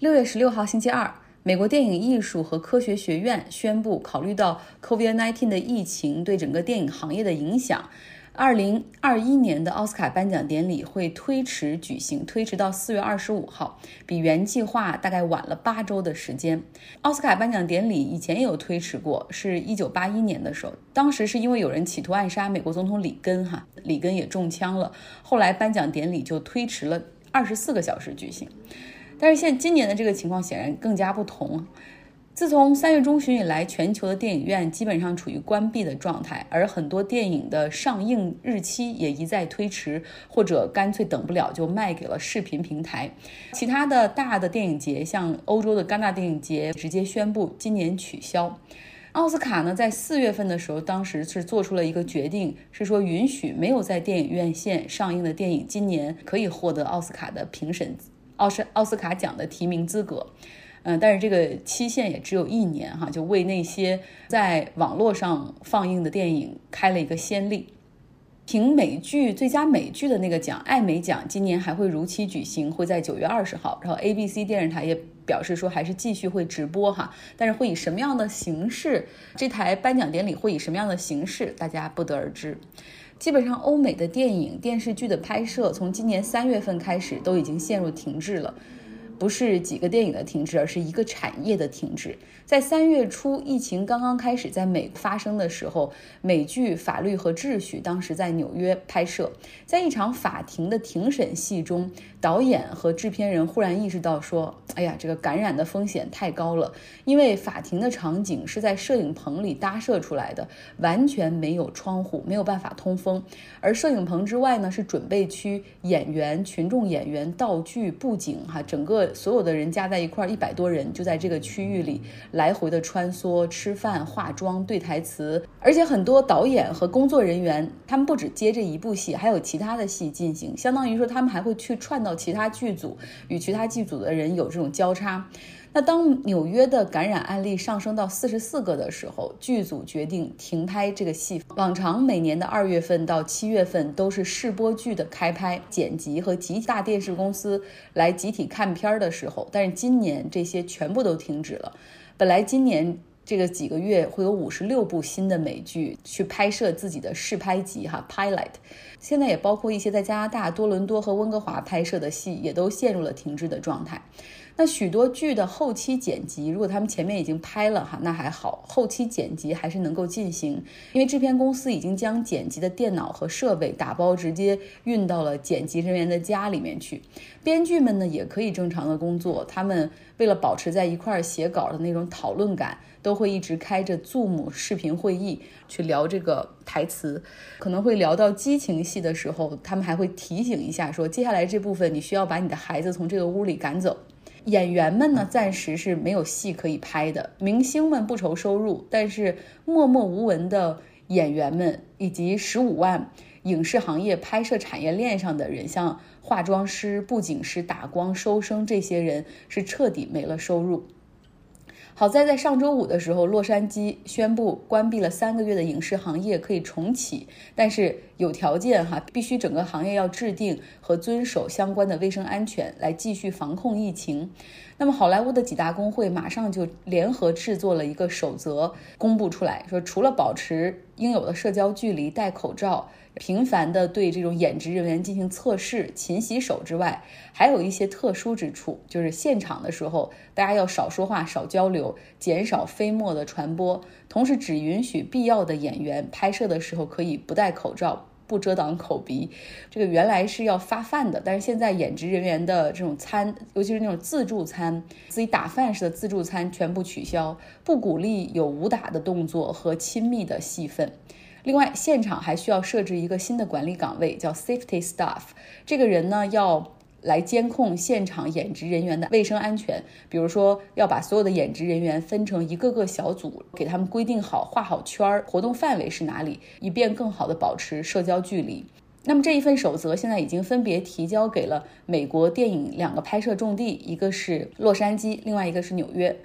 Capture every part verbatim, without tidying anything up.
六月十六号星期二，美国电影艺术和科学学院宣布，考虑到 COVID 十九 的疫情对整个电影行业的影响，二零二一年的奥斯卡颁奖典礼会推迟举行，推迟到四月二十五号，比原计划大概晚了八周的时间。奥斯卡颁奖典礼以前也有推迟过，是一九八一年的时候，当时是因为有人企图暗杀美国总统里根，哈，里根也中枪了，后来颁奖典礼就推迟了二十四个小时举行。但是现今年的这个情况显然更加不同。自从三月中旬以来，全球的电影院基本上处于关闭的状态，而很多电影的上映日期也一再推迟，或者干脆等不了就卖给了视频平台。其他的大的电影节，像欧洲的戛纳电影节，直接宣布今年取消。奥斯卡呢，在四月份的时候，当时是做出了一个决定，是说允许没有在电影院线上映的电影今年可以获得奥斯卡的评审奥斯奥斯卡奖的提名资格。嗯，但是这个期限也只有一年哈，就为那些在网络上放映的电影开了一个先例。评美剧最佳美剧的那个奖艾美奖今年还会如期举行，会在九月二十号，然后 A B C 电视台也表示说还是继续会直播哈，但是会以什么样的形式，这台颁奖典礼会以什么样的形式，大家不得而知。基本上欧美的电影电视剧的拍摄从今年三月份开始都已经陷入停滞了，不是几个电影的停滞，而是一个产业的停滞。在三月初疫情刚刚开始在美国发生的时候，美剧《法律和秩序》当时在纽约拍摄，在一场法庭的庭审戏中，导演和制片人忽然意识到说，哎呀，这个感染的风险太高了，因为法庭的场景是在摄影棚里搭设出来的，完全没有窗户，没有办法通风，而摄影棚之外呢是准备区，演员、群众演员、道具、布景哈，整个所有的人加在一块，一百多人就在这个区域里来回的穿梭、吃饭、化妆、对台词，而且很多导演和工作人员，他们不只接这一部戏，还有其他的戏进行，相当于说他们还会去串到其他剧组，与其他剧组的人有这种交叉。那当纽约的感染案例上升到四十四个的时候，剧组决定停拍这个戏。往常每年的二月份到七月份都是试播剧的开拍、剪辑和几大电视公司来集体看片的时候，但是今年这些全部都停止了。本来今年这个几个月会有五十六部新的美剧去拍摄自己的试拍集哈 pilot， 现在也包括一些在加拿大多伦多和温哥华拍摄的戏也都陷入了停滞的状态。那许多剧的后期剪辑，如果他们前面已经拍了哈，那还好，后期剪辑还是能够进行，因为制片公司已经将剪辑的电脑和设备打包直接运到了剪辑人员的家里面去。编剧们呢也可以正常的工作，他们为了保持在一块写稿的那种讨论感，都会一直开着 Zoom 视频会议去聊这个台词，可能会聊到激情戏的时候，他们还会提醒一下说，接下来这部分你需要把你的孩子从这个屋里赶走。演员们呢暂时是没有戏可以拍的，明星们不愁收入，但是默默无闻的演员们以及十五万影视行业拍摄产业链上的人，像化妆师、布景师、打光、收声，这些人是彻底没了收入。好在在上周五的时候，洛杉矶宣布关闭了三个月的影视行业可以重启，但是有条件哈，必须整个行业要制定和遵守相关的卫生安全来继续防控疫情。那么好莱坞的几大工会马上就联合制作了一个守则公布出来，说除了保持应有的社交距离、戴口罩、频繁的对这种演职人员进行测试、勤洗手之外，还有一些特殊之处，就是现场的时候大家要少说话、少交流，减少飞沫的传播，同时只允许必要的演员拍摄的时候可以不戴口罩、不遮挡口鼻。这个原来是要发饭的，但是现在演职人员的这种餐，尤其是那种自助餐，自己打饭式的自助餐全部取消，不鼓励有武打的动作和亲密的戏份。另外，现场还需要设置一个新的管理岗位，叫 safety staff。这个人呢，要来监控现场演职人员的卫生安全，比如说要把所有的演职人员分成一个个小组，给他们规定好、画好圈，活动范围是哪里，以便更好的保持社交距离。那么这一份守则现在已经分别提交给了美国电影两个拍摄重地，一个是洛杉矶，另外一个是纽约。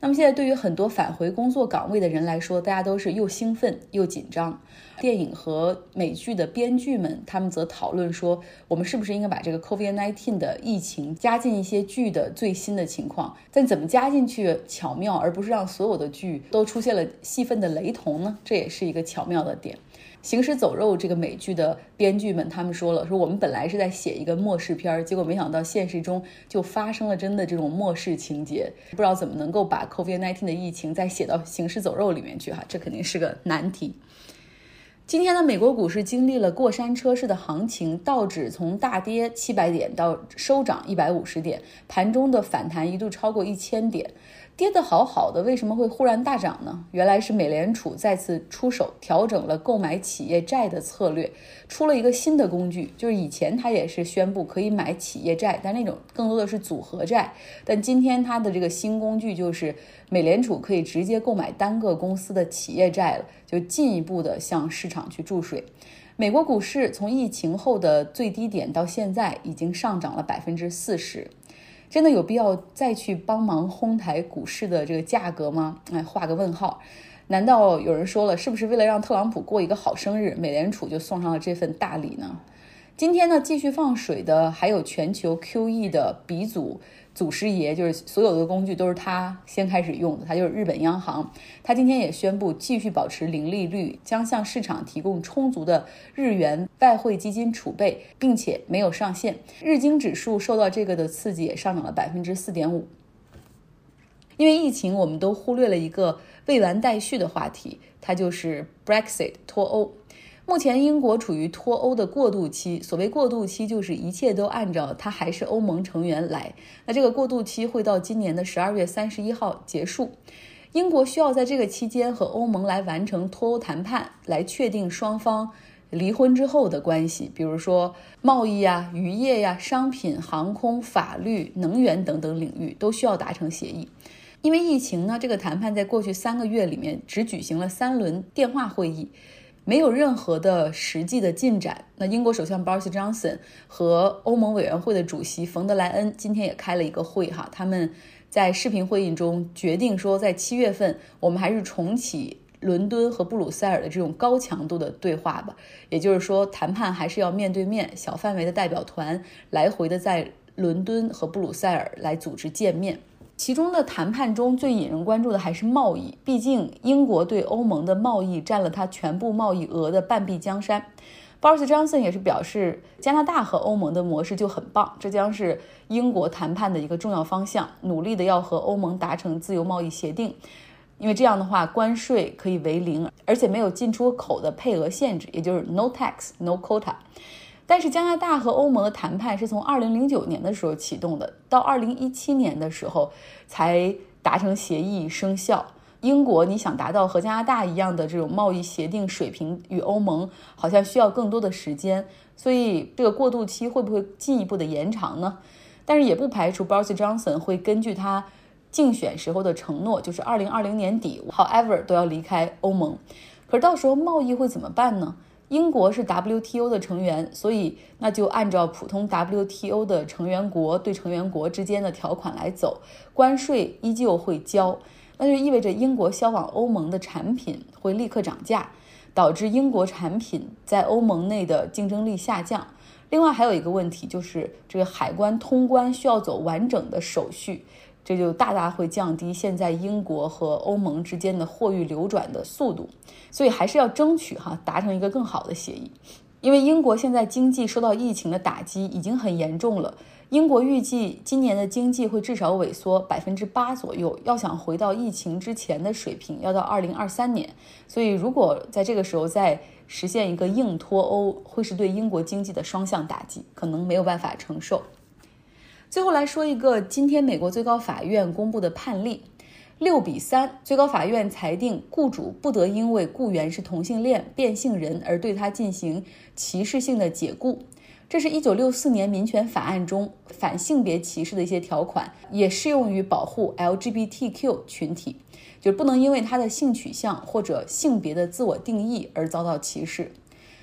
那么现在对于很多返回工作岗位的人来说，大家都是又兴奋又紧张。电影和美剧的编剧们，他们则讨论说，我们是不是应该把这个 COVID 十九 的疫情加进一些剧的最新的情况，但怎么加进去巧妙，而不是让所有的剧都出现了戏份的雷同呢？这也是一个巧妙的点。行尸走肉这个美剧的编剧们，他们说了，说我们本来是在写一个末世片，结果没想到现实中就发生了真的这种末世情节，不知道怎么能够把 COVID 十九 的疫情再写到行尸走肉里面去哈，这肯定是个难题。今天的美国股市经历了过山车式的行情，道指从大跌七百点到收涨一百五十点，盘中的反弹一度超过一千点。跌得好好的，为什么会忽然大涨呢？原来是美联储再次出手调整了购买企业债的策略，出了一个新的工具，就是以前它也是宣布可以买企业债，但那种更多的是组合债，但今天它的这个新工具就是美联储可以直接购买单个公司的企业债了，就进一步的向市场去注水。美国股市从疫情后的最低点到现在已经上涨了百分之四十。真的有必要再去帮忙哄抬股市的这个价格吗？哎，画个问号。难道有人说了，是不是为了让特朗普过一个好生日，美联储就送上了这份大礼呢？今天呢，继续放水的还有全球 Q E 的鼻祖祖师爷，就是所有的工具都是他先开始用的，他就是日本央行。他今天也宣布继续保持零利率，将向市场提供充足的日元外汇基金储备，并且没有上限。日经指数受到这个的刺激，也上涨了百分之四点五。因为疫情，我们都忽略了一个未完待续的话题，它就是 Brexit 脱欧。目前英国处于脱欧的过渡期，所谓过渡期就是一切都按照它还是欧盟成员来，那这个过渡期会到今年的十二月三十一号结束。英国需要在这个期间和欧盟来完成脱欧谈判，来确定双方离婚之后的关系，比如说贸易呀、渔业呀、商品、航空、法律、能源等等领域都需要达成协议。因为疫情呢，这个谈判在过去三个月里面只举行了三轮电话会议，没有任何的实际的进展。那英国首相 Boris Johnson 和欧盟委员会的主席冯德莱恩今天也开了一个会哈，他们在视频会议中决定说，在七月份我们还是重启伦敦和布鲁塞尔的这种高强度的对话吧，也就是说谈判还是要面对面，小范围的代表团来回的在伦敦和布鲁塞尔来组织见面。其中的谈判中最引人关注的还是贸易，毕竟英国对欧盟的贸易占了它全部贸易额的半壁江山。Boris Johnson 也是表示，加拿大和欧盟的模式就很棒，这将是英国谈判的一个重要方向，努力的要和欧盟达成自由贸易协定，因为这样的话关税可以为零，而且没有进出口的配额限制，也就是 no tax no quota。但是加拿大和欧盟的谈判是从二零零九年的时候启动的，到二零一七年的时候才达成协议生效。英国你想达到和加拿大一样的这种贸易协定水平与欧盟好像需要更多的时间，所以这个过渡期会不会进一步的延长呢？但是也不排除 Boris Johnson 会根据他竞选时候的承诺，就是二零二零年底 however 都要离开欧盟。可是到时候贸易会怎么办呢？英国是 W T O 的成员，所以那就按照普通 W T O 的成员国对成员国之间的条款来走，关税依旧会交，那就意味着英国销往欧盟的产品会立刻涨价，导致英国产品在欧盟内的竞争力下降。另外还有一个问题，就是这个海关通关需要走完整的手续，这就大大会降低现在英国和欧盟之间的货运流转的速度，所以还是要争取哈达成一个更好的协议。因为英国现在经济受到疫情的打击已经很严重了，英国预计今年的经济会至少萎缩百分之八左右，要想回到疫情之前的水平，要到二零二三年。所以如果在这个时候再实现一个硬脱欧，会是对英国经济的双向打击，可能没有办法承受。最后来说一个今天美国最高法院公布的判例，六比三，最高法院裁定雇主不得因为雇员是同性恋、变性人而对他进行歧视性的解雇。这是一九六四年民权法案中反性别歧视的一些条款，也适用于保护 L G B T Q 群体，就是不能因为他的性取向或者性别的自我定义而遭到歧视。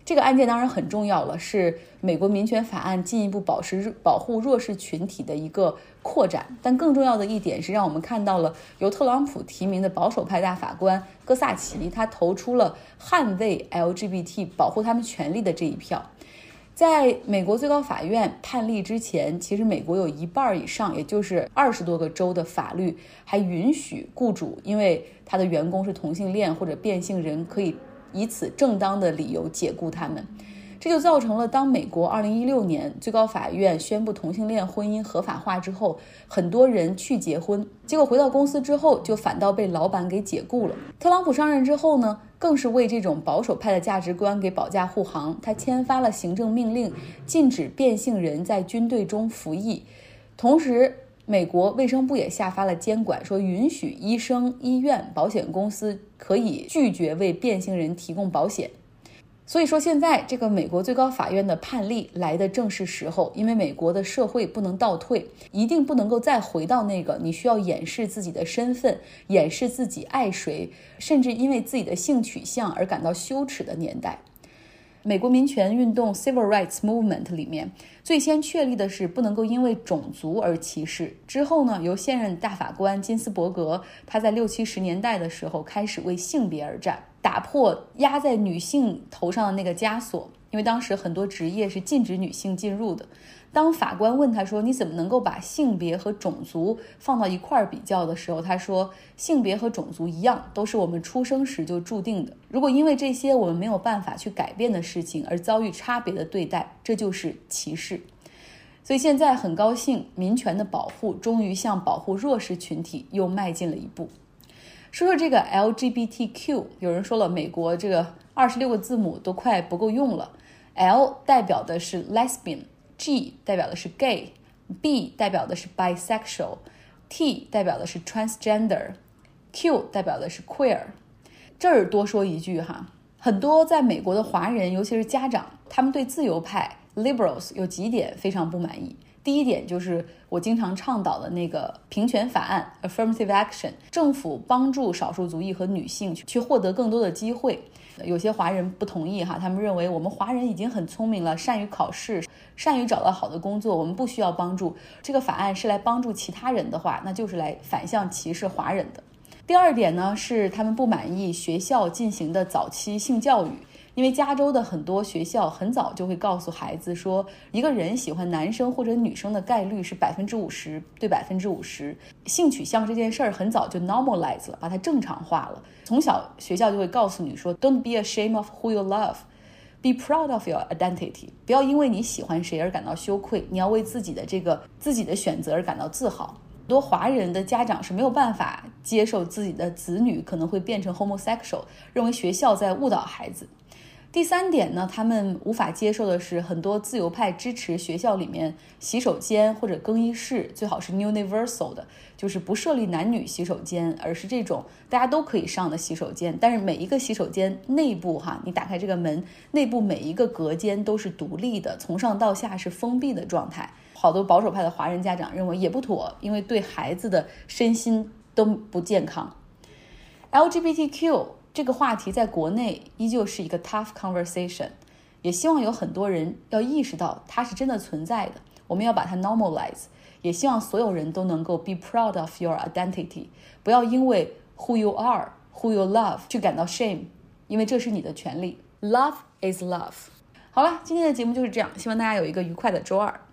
这个案件当然很重要了，是美国民权法案进一步保持保护弱势群体的一个扩展。但更重要的一点是，让我们看到了由特朗普提名的保守派大法官戈萨奇，他投出了捍卫 L G B T 保护他们权利的这一票。在美国最高法院判例之前，其实美国有一半以上，也就是二十多个州的法律还允许雇主因为他的员工是同性恋或者变性人，可以以此正当的理由解雇他们。这就造成了当美国二零一六年最高法院宣布同性恋婚姻合法化之后，很多人去结婚，结果回到公司之后就反倒被老板给解雇了。特朗普上任之后呢，更是为这种保守派的价值观给保驾护航，他签发了行政命令，禁止变性人在军队中服役。同时美国卫生部也下发了监管，说允许医生、医院、保险公司可以拒绝为变性人提供保险。所以说现在这个美国最高法院的判例来的正是时候，因为美国的社会不能倒退，一定不能够再回到那个你需要掩饰自己的身份，掩饰自己爱谁，甚至因为自己的性取向而感到羞耻的年代。美国民权运动 Civil Rights Movement 里面最先确立的是不能够因为种族而歧视，之后呢，由现任大法官金斯伯格，他在六七十年代的时候开始为性别而战，打破压在女性头上的那个枷锁，因为当时很多职业是禁止女性进入的。当法官问他说你怎么能够把性别和种族放到一块儿比较的时候，他说性别和种族一样，都是我们出生时就注定的，如果因为这些我们没有办法去改变的事情而遭遇差别的对待，这就是歧视。所以现在很高兴民权的保护终于向保护弱势群体又迈进了一步。说说这个 L G B T Q， 有人说了美国这个二十六个字母都快不够用了。 L 代表的是 lesbian， G 代表的是 gay， B 代表的是 bisexual， T 代表的是 transgender， Q 代表的是 queer。 这儿多说一句哈，很多在美国的华人尤其是家长，他们对自由派 liberals 有几点非常不满意。第一点就是我经常倡导的那个平权法案 affirmative action， 政府帮助少数族裔和女性去获得更多的机会。有些华人不同意哈，他们认为我们华人已经很聪明了，善于考试，善于找到好的工作，我们不需要帮助。这个法案是来帮助其他人的话，那就是来反向歧视华人的。第二点呢，是他们不满意学校进行的早期性教育。因为加州的很多学校很早就会告诉孩子说，一个人喜欢男生或者女生的概率是百分之五十对百分之五十，性取向这件事儿很早就 normalize 了，把它正常化了。从小学校就会告诉你说 ，Don't be ashamed of who you love, be proud of your identity。不要因为你喜欢谁而感到羞愧，你要为自己的这个自己的选择而感到自豪。很多华人的家长是没有办法接受自己的子女可能会变成 homosexual， 认为学校在误导孩子。第三点呢，他们无法接受的是，很多自由派支持学校里面洗手间或者更衣室最好是 universal 的，就是不设立男女洗手间，而是这种大家都可以上的洗手间。但是每一个洗手间内部哈，你打开这个门，内部每一个隔间都是独立的，从上到下是封闭的状态。好多保守派的华人家长认为也不妥，因为对孩子的身心都不健康。L G B T Q这个话题在国内依旧是一个 tough conversation， 也希望有很多人要意识到它是真的存在的，我们要把它 normalize， 也希望所有人都能够 be proud of your identity， 不要因为 who you are, who you love 去感到 shame， 因为这是你的权利。 Love is love。 好了，今天的节目就是这样，希望大家有一个愉快的周二。